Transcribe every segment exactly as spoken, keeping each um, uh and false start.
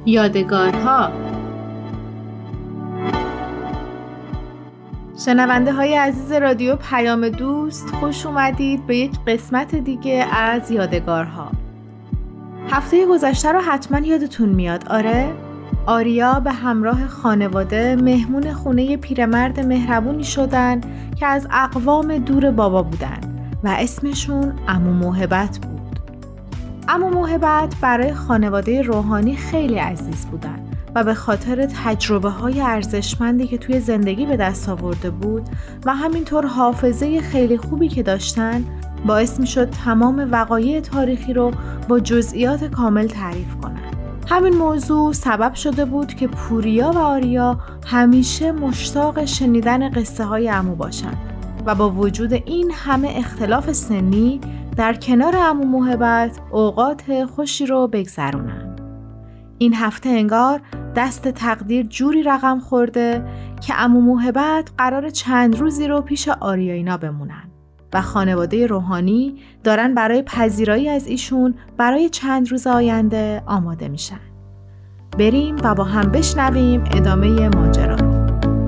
یادگارها. شنونده های عزیز رادیو پیام دوست، خوش اومدید به یک قسمت دیگه از یادگارها. هفته گذشته رو حتما یادتون میاد، آره؟ آریا به همراه خانواده مهمون خونه پیرمرد مهربونی شدن که از اقوام دور بابا بودن و اسمشون عمو موهبت بود. عمو موهبت برای خانواده روحانی خیلی عزیز بودن و به خاطر تجربه های ارزشمندی که توی زندگی به دست آورده بود و همینطور حافظه خیلی خوبی که داشتن باعث می شد تمام وقایع تاریخی رو با جزئیات کامل تعریف کنن. همین موضوع سبب شده بود که پوریا و آریا همیشه مشتاق شنیدن قصه های عمو باشن و با وجود این همه اختلاف سنی در کنار عمو موهبت اوقات خوشی رو بگذرونن. این هفته انگار دست تقدیر جوری رقم خورده که عمو موهبت قرار چند روزی رو پیش آریا اینا بمونن و خانواده روحانی دارن برای پذیرایی از ایشون برای چند روز آینده آماده میشن. بریم و با هم بشنویم ادامه ماجرا رو.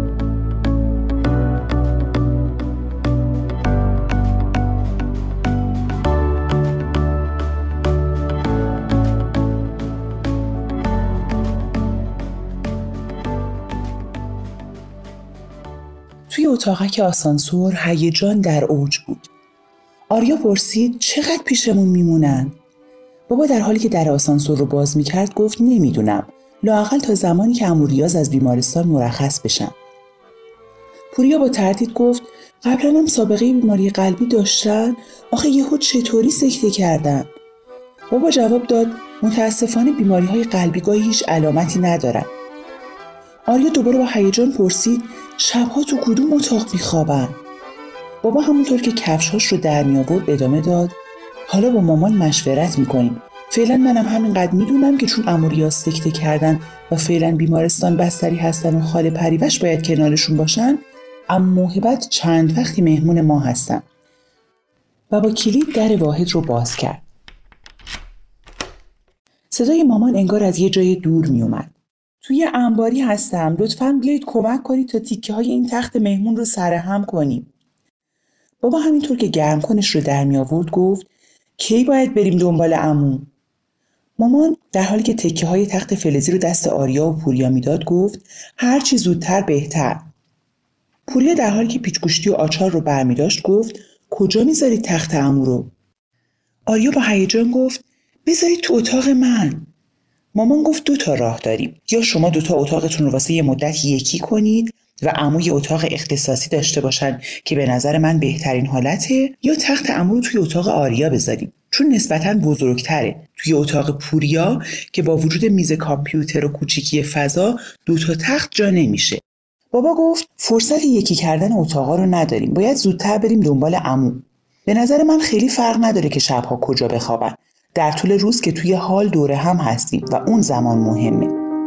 توی اتاقک آسانسور هیجان در اوج بود. آریا پرسید چقدر پیشمون میمونن؟ بابا در حالی که در آسانسور رو باز میکرد گفت نمیدونم، لااقل تا زمانی که عمو ریاض از بیمارستان مرخص بشن. پوریا با تردید گفت قبلا هم سابقه بیماری قلبی داشتن؟ آخه یهو چطوری سکته کردن؟ بابا جواب داد متاسفانه بیماری های قلبی گاهی هیچ علامتی ندارن. آریا دوباره با هیجان پرسید شبها تو کدوم اتاق میخوابن؟ بابا همونطور که کفشاش رو در می آورد ادامه داد حالا با مامان مشورت میکنیم. فعلا منم همینقدر میدونم که چون عمو ریاض سکته کردن و فعلا بیمارستان بستری هستن و خاله پریوش باید کنارشون باشن، عمو موهبت چند وقتی مهمون ما هستن. و با کلید در واحد رو باز کرد. صدای مامان انگار از یه جای دور می اومد. توی انباری هستم، لطفاً بیایید کمک کنید تا تیکه های این تخت مهمون رو سرهم کنیم. بابا همینطور که گرم کنش رو در می آورد گفت کی باید بریم دنبال عمو؟ مامان در حالی که تکه های تخت فلزی رو دست آریا و پوریا میداد گفت هر چی زودتر بهتر. پوریا در حالی که پیچگوشتی و آچار رو برمی داشت گفت کجا میذارید تخت عمو رو؟ آریا با هیجان گفت بذارید تو اتاق من. مامان گفت دو تا راه داریم، یا شما دو تا اتاقتون رو واسه یه مدت یکی کنید و عمو یه اتاق اختصاصی داشته باشن که به نظر من بهترین حالته، یا تخت عمو رو توی اتاق آریا بذاریم چون نسبتاً بزرگتره. توی اتاق پوریا که با وجود میز کامپیوتر و کوچیکی فضا دو تا تخت جا نمیشه. بابا گفت فرصت یکی کردن اتاقا رو نداریم، باید زودتر بریم دنبال عمو. به نظر من خیلی فرق نداره که شبها کجا بخوابن، در طول روز که توی حال دوره هم هستیم و اون زمان مهمه.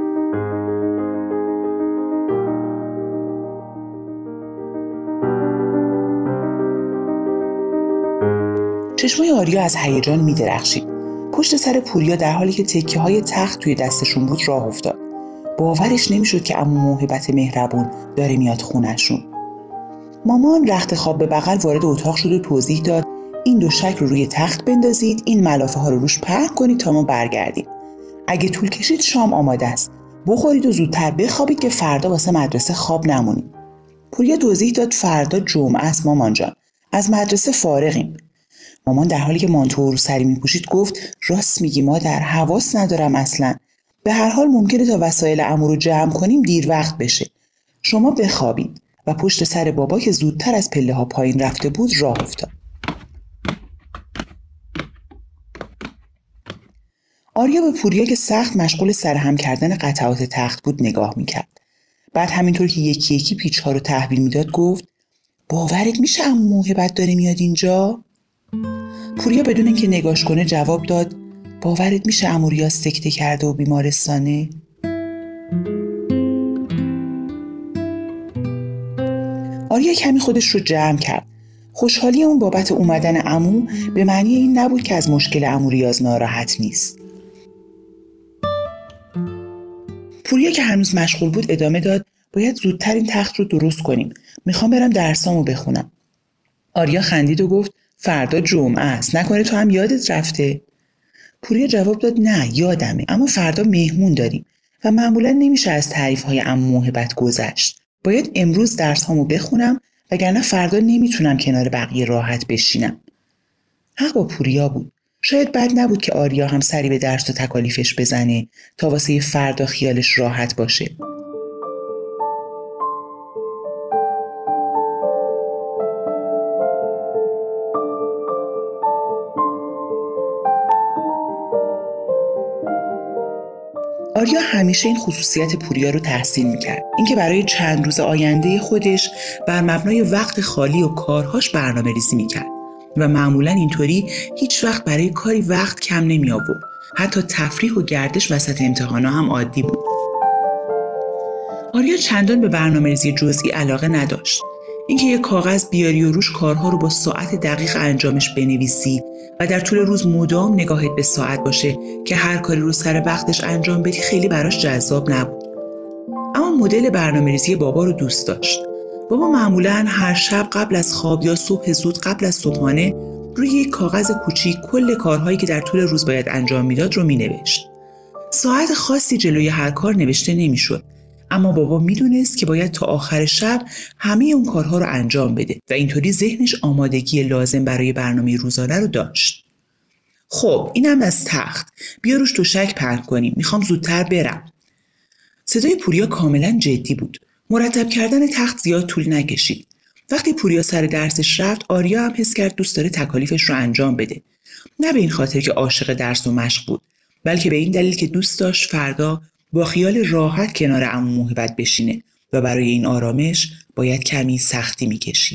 چشمای آریا از هیجان می درخشید. پشت سر پوریا در حالی که تکه های تخت توی دستشون بود راه افتاد. باورش نمیشد که عمو موهبت مهربون داره میاد خونه‌شون. مامان رخت خواب به بغل وارد اتاق شد و توضیح داد این دو شکل رو روی تخت بندازید، این ملافه ها رو روش پهن کنید تا ما برگردیم. اگه طول کشید شام آماده است. بخورید و زودتر بخوابید که فردا واسه مدرسه خواب نمونید. پوریا توضیح داد فردا جمعه است مامان جان. از مدرسه فارغیم. مامان در حالی که مانتو رو سری میپوشید گفت راست میگی مادر، حواس ندارم اصلا. به هر حال ممکنه تا وسایل عمو رو جمع کنیم دیر وقت بشه. شما بخوابید. و پشت سر بابا که زودتر از پله ها پایین رفته بود راه افتاد. آریا به پوریا که سخت مشغول سرهم کردن قطعات تخت بود نگاه میکرد. بعد همینطور که یکی یکی پیچ‌ها رو تحویل میداد گفت باورت میشه عمو موهبت داره میاد اینجا؟ پوریا بدون اینکه نگاش کنه جواب داد باورت میشه عمو ریاض سکته کرده و بیمارستانه؟ آریا کمی خودش رو جمع کرد. خوشحالی اون بابت اومدن عمو به معنی این نبود که از مشکل عمو ریاض ناراحت نیست. پوریا که هنوز مشغول بود ادامه داد: باید زودتر این تخت رو درست کنیم. میخوام برم درسامو بخونم. آریا خندید و گفت: فردا جمعه است، نکنه تو هم یادت رفته؟ پوریا جواب داد: نه یادمه، اما فردا مهمون داریم و معمولا نمیشه از تعریف‌های عمو موهبت گذشت. باید امروز درسامو بخونم وگرنه فردا نمیتونم کنار بقیه راحت بشینم. حق با پوریا بود. شاید بد نبود که آریا هم سری به درس و تکالیفش بزنه تا واسه فردا خیالش راحت باشه. آریا همیشه این خصوصیت پوریا رو تحسین میکرد، اینکه برای چند روز آینده خودش بر مبنای وقت خالی و کارهاش برنامه ریزی میکرد و معمولاً اینطوری هیچ وقت برای کاری وقت کم نمی آورد. حتی تفریح و گردش وسط امتحانا هم عادی بود. آریا چندان به برنامه‌ریزی جزئی علاقه نداشت. اینکه یک کاغذ بیاری و روش کارها رو با ساعت دقیق انجامش بنویسی و در طول روز مدام نگاهت به ساعت باشه که هر کاری رو سر وقتش انجام بدی خیلی براش جذاب نبود. اما مدل برنامه‌ریزی بابا رو دوست داشت. بابا معمولاً هر شب قبل از خواب یا صبح زود قبل از صبحانه روی یک کاغذ کوچیک کل کارهایی که در طول روز باید انجام میداد رو مینوشت. ساعت خاصی جلوی هر کار نوشته نمیشد، اما بابا میدونست که باید تا آخر شب همه اون کارها رو انجام بده و اینطوری ذهنش آمادگی لازم برای برنامه روزانه رو داشت. خب اینم از تخت، بیا روش تشک پهن کنیم، میخوام زودتر برم. صدای پوریا کاملا جدی بود. مرتب کردن تخت زیاد طول نکشید. وقتی پوریا سر درسش رفت، آریا هم حس کرد دوست داره تکالیفش رو انجام بده. نه به این خاطر که عاشق درس و مشق بود، بلکه به این دلیل که دوست داشت فردا با خیال راحت کنار عمو موهبت بشینه و برای این آرامش باید کمی سختی میکشید.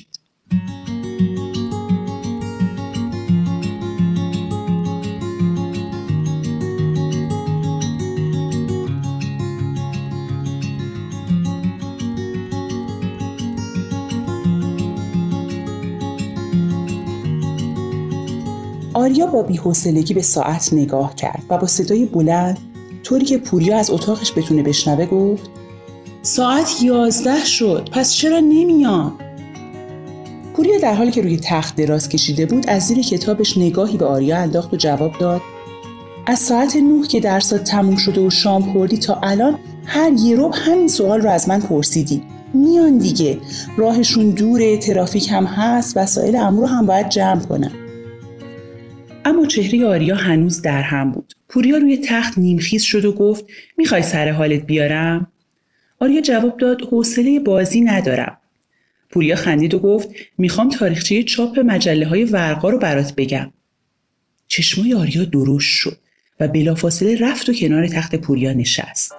آریا با بی‌حوصلگی به ساعت نگاه کرد و با صدای بلند، طوری که پوریا از اتاقش بتونه بشنوه، گفت: ساعت یازده شد، پس چرا نمیام؟ پوریا در حالی که روی تخت دراز کشیده بود از زیر کتابش نگاهی به آریا انداخت و جواب داد: از ساعت نه که درسات تموم شده و شام خوردی تا الان هر یه ربع همین سوال رو از من پرسیدی. میان دیگه، راهشون دوره، ترافیک هم هست، وسایل عمو رو هم باید جمع کنم. اما چهره آریا هنوز در هم بود. پوریا روی تخت نیمخیز شد و گفت: میخوای سر حالت بیارم؟ آریا جواب داد: حوصله بازی ندارم. پوریا خندید و گفت: میخوام تاریخچه چاپ مجله های ورقا رو برات بگم. چشمای آریا درشت شد و بلافاصله رفت و کنار تخت پوریا نشست.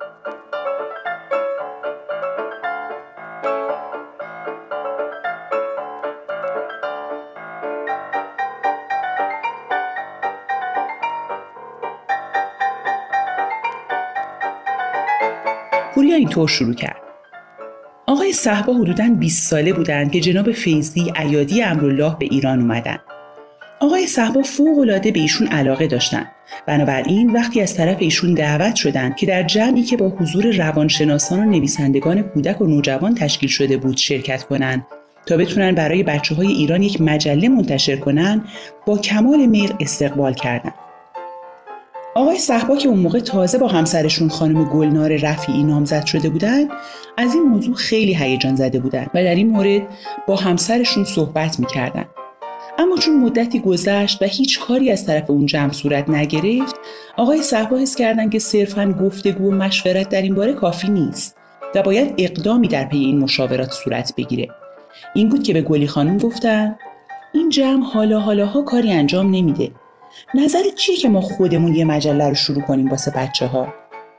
پوریا اینطور شروع کرد: آقای صهبا حدوداً بیست ساله بودند که جناب فیضی ایادی امرالله به ایران اومدن. آقای صهبا فوق‌العاده به ایشون علاقه داشتن. بنابراین وقتی از طرف ایشون دعوت شدند که در جمعی که با حضور روانشناسان و نویسندگان کودک و نوجوان تشکیل شده بود شرکت کنند تا بتونن برای بچه‌های ایران یک مجله منتشر کنن، با کمال میل استقبال کردند. آقای صهبا که اون موقع تازه با همسرشون خانم گلنار رفیعی نامزد شده بودن، از این موضوع خیلی هیجان زده بودن و در این مورد با همسرشون صحبت میکردن. اما چون مدتی گذشت و هیچ کاری از طرف اون جمع صورت نگرفت، آقای صهبا حس کردن که صرفاً گفتگو و مشورت در این باره کافی نیست و باید اقدامی در پی این مشاورات صورت بگیره. این بود که به گلی خانم گفتن: این جمع حالا حالاها کاری انجام نمیده. نظرت چیه که ما خودمون یه مجله رو شروع کنیم واسه بچه‌ها؟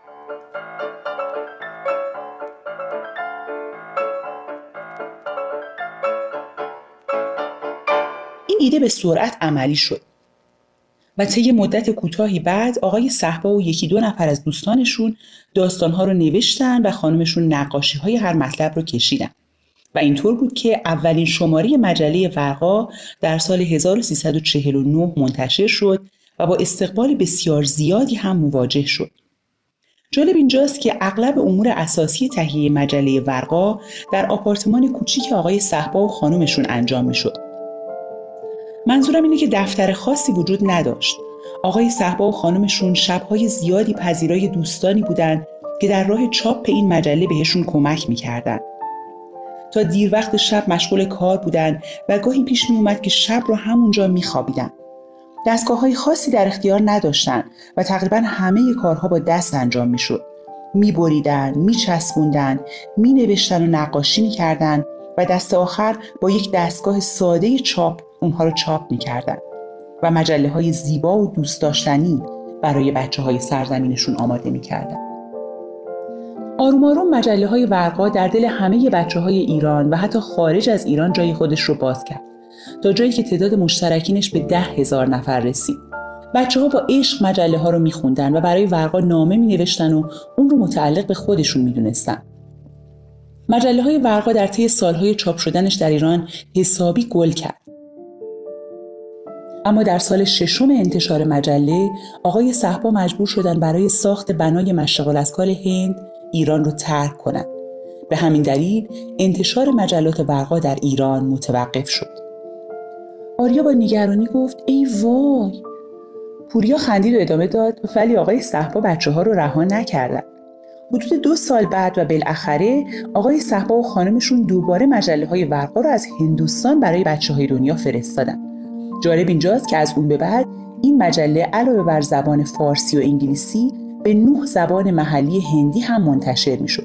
این ایده به سرعت عملی شد و طی مدت کوتاهی بعد آقای صهبا و یکی دو نفر از دوستانشون داستان‌ها رو نوشتن و خانمشون نقاشی‌های هر مطلب رو کشیدن و اینطور بود که اولین شماره مجله ورقا در سال هزار و سیصد و چهل و نه منتشر شد و با استقبال بسیار زیادی هم مواجه شد. جالب اینجاست که اغلب امور اساسی تهیه مجله ورقا در آپارتمان کوچیک آقای صهبا و خانومشون انجام میشد. منظورم اینه که دفتر خاصی وجود نداشت. آقای صهبا و خانومشون شب‌های زیادی پذیرای دوستانی بودن که در راه چاپ این مجله بهشون کمک می‌کردن. تا دیر وقت شب مشغول کار بودن و گاهی پیش می‌اومد که شب رو همونجا می‌خوابیدن. دستگاه‌های خاصی در اختیار نداشتن و تقریباً همه کارها با دست انجام می‌شد. می‌بریدن، می‌چسبوندن، می‌نوشتن و نقاشی می‌کردن و دست آخر با یک دستگاه ساده چاپ اونها رو چاپ می‌کردن و مجله‌های زیبا و دوست داشتنی برای بچه‌های سرزمینشون آماده می‌کردن. آروم آروم مجله‌های ورقا در دل همه بچه‌های ایران و حتی خارج از ایران جای خودش رو باز کرد تا جایی که تعداد مشترکینش به ده هزار نفر رسید. بچه‌ها با عشق مجله‌ها رو می‌خوندن و برای ورقا نامه می‌نوشتن و اون رو متعلق به خودشون می‌دونستن. مجله‌های ورقا در طی سال‌های چاپ شدنش در ایران حسابی گل کرد. اما در سال ششم انتشار مجله، آقای صهبا مجبور شدن برای ساخت بنای مشرق الاسکال هند ایران رو ترک کنند. به همین دلیل انتشار مجلات ورقا در ایران متوقف شد. آریا با نگرانی گفت ای وای. پوریا خندید و ادامه داد ولی آقای صهبا بچه‌ها رو رها نکردن. حدود دو سال بعد و بالاخره آقای صهبا و خانمشون دوباره مجله‌های ورقا رو از هندوستان برای بچه‌های دنیا فرستادن. جالب اینجاست که از اون به بعد این مجله علاوه بر زبان فارسی و انگلیسی به نه زبان محلی هندی هم منتشر میشد.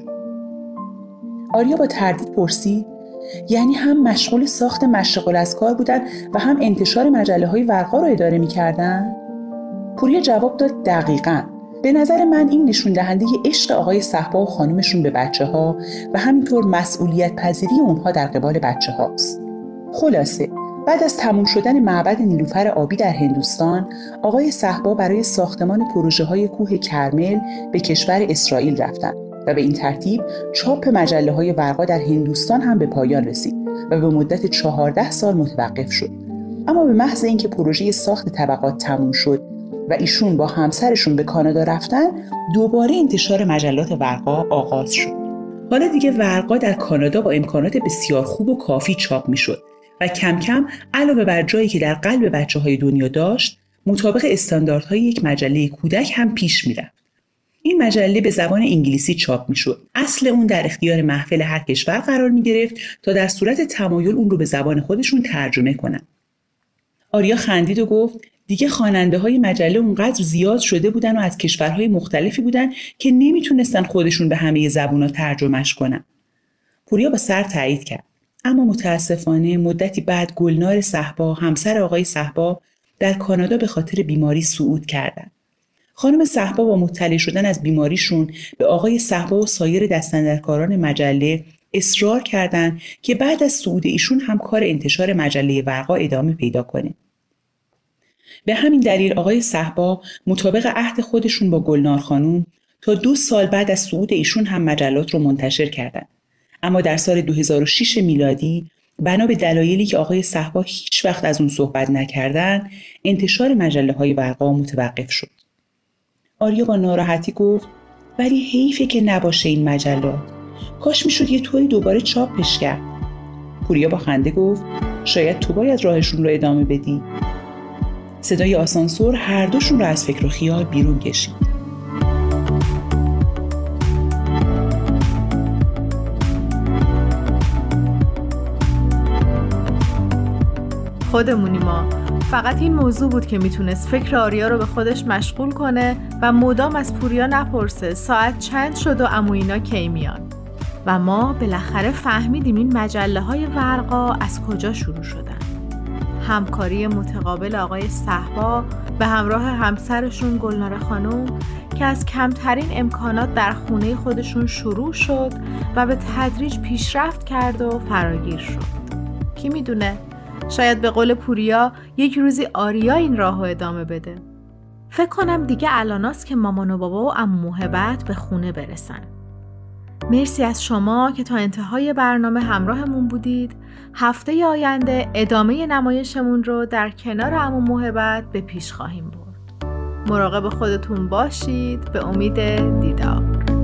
آریا با تردید پرسید یعنی هم مشغول ساخت مشرق الاسکار بودن و هم انتشار مجله‌های ورقا رو اداره می‌کردن؟ پوریا جواب داد دقیقاً. به نظر من این نشون دهنده عشق آقای صهبا و خانمشون به بچه‌ها و همینطور مسئولیت پذیری اونها در قبال بچه‌هاست. خلاصه بعد از تموم شدن معبد نیلوفر آبی در هندوستان، آقای صهبا برای ساختمان پروژه‌های کوه کرمل به کشور اسرائیل رفتند و به این ترتیب چاپ مجله‌های ورقا در هندوستان هم به پایان رسید و به مدت چهارده سال متوقف شد. اما به محض اینکه پروژه ساخت طبقات تموم شد و ایشون با همسرشون به کانادا رفتن، دوباره انتشار مجلات ورقا آغاز شد. حالا دیگه ورقا در کانادا با امکانات بسیار خوب و کافی چاپ می‌شد و کم کم علاوه بر جایی که در قلب بچه‌های دنیا داشت، مطابق استانداردهای یک مجله کودک هم پیش می‌رفت. این مجله به زبان انگلیسی چاپ می‌شد. اصل اون در اختیار محفل هر کشور قرار می‌گرفت تا در صورت تمایل اون رو به زبان خودشون ترجمه کنن. آریا خندید و گفت دیگه خواننده‌های مجله اونقدر زیاد شده بودن و از کشورهای مختلفی بودن که نمیتونستن خودشون به همه زبان‌ها ترجمهش کنن. پوریا با سر تایید کرد. اما متاسفانه مدتی بعد گلنار صهبا، همسر آقای صهبا، در کانادا به خاطر بیماری صعود کردند. خانم صهبا با مطلع شدن از بیماریشون به آقای صهبا و سایر دستاندرکاران مجله اصرار کردند که بعد از صعود ایشون هم کار انتشار مجله ورقا ادامه پیدا کنه. به همین دلیل آقای صهبا مطابق عهد خودشون با گلنار خانم تا دو سال بعد از صعود ایشون هم مجلات رو منتشر کردند. اما در سال دو هزار و شش میلادی بنا به دلایلی که آقای صهبا هیچ وقت از اون صحبت نکردن، انتشار مجله‌های ورقا متوقف شد. آریا با ناراحتی گفت ولی حیفه که نباشه این مجلات. کاش میشد یه طوری دوباره چاپش کرد. پوریا با خنده گفت شاید تو باید راهشون رو ادامه بدی. صدای آسانسور هر دوشون رو از فکر و خیال بیرون کشید. خودمونی ما. فقط این موضوع بود که میتونست فکر آریا رو به خودش مشغول کنه و مدام از پوریا نپرسه ساعت چند شد و عمو اینا کی میان. و ما بالاخره فهمیدیم این مجله های ورقا از کجا شروع شدن. همکاری متقابل آقای صهبا به همراه همسرشون گلنار خانم که از کمترین امکانات در خونه خودشون شروع شد و به تدریج پیشرفت کرد و فراگیر شد. کی میدونه؟ شاید به قول پوریا یک روزی آریا این راهو ادامه بده. فکر کنم دیگه الاناست که مامان و بابا و عمو محبت به خونه برسن. مرسی از شما که تا انتهای برنامه همراهمون بودید. هفته آینده ادامه نمایشمون رو در کنار عمو محبت به پیش خواهیم برد. مراقب خودتون باشید. به امید دیدار.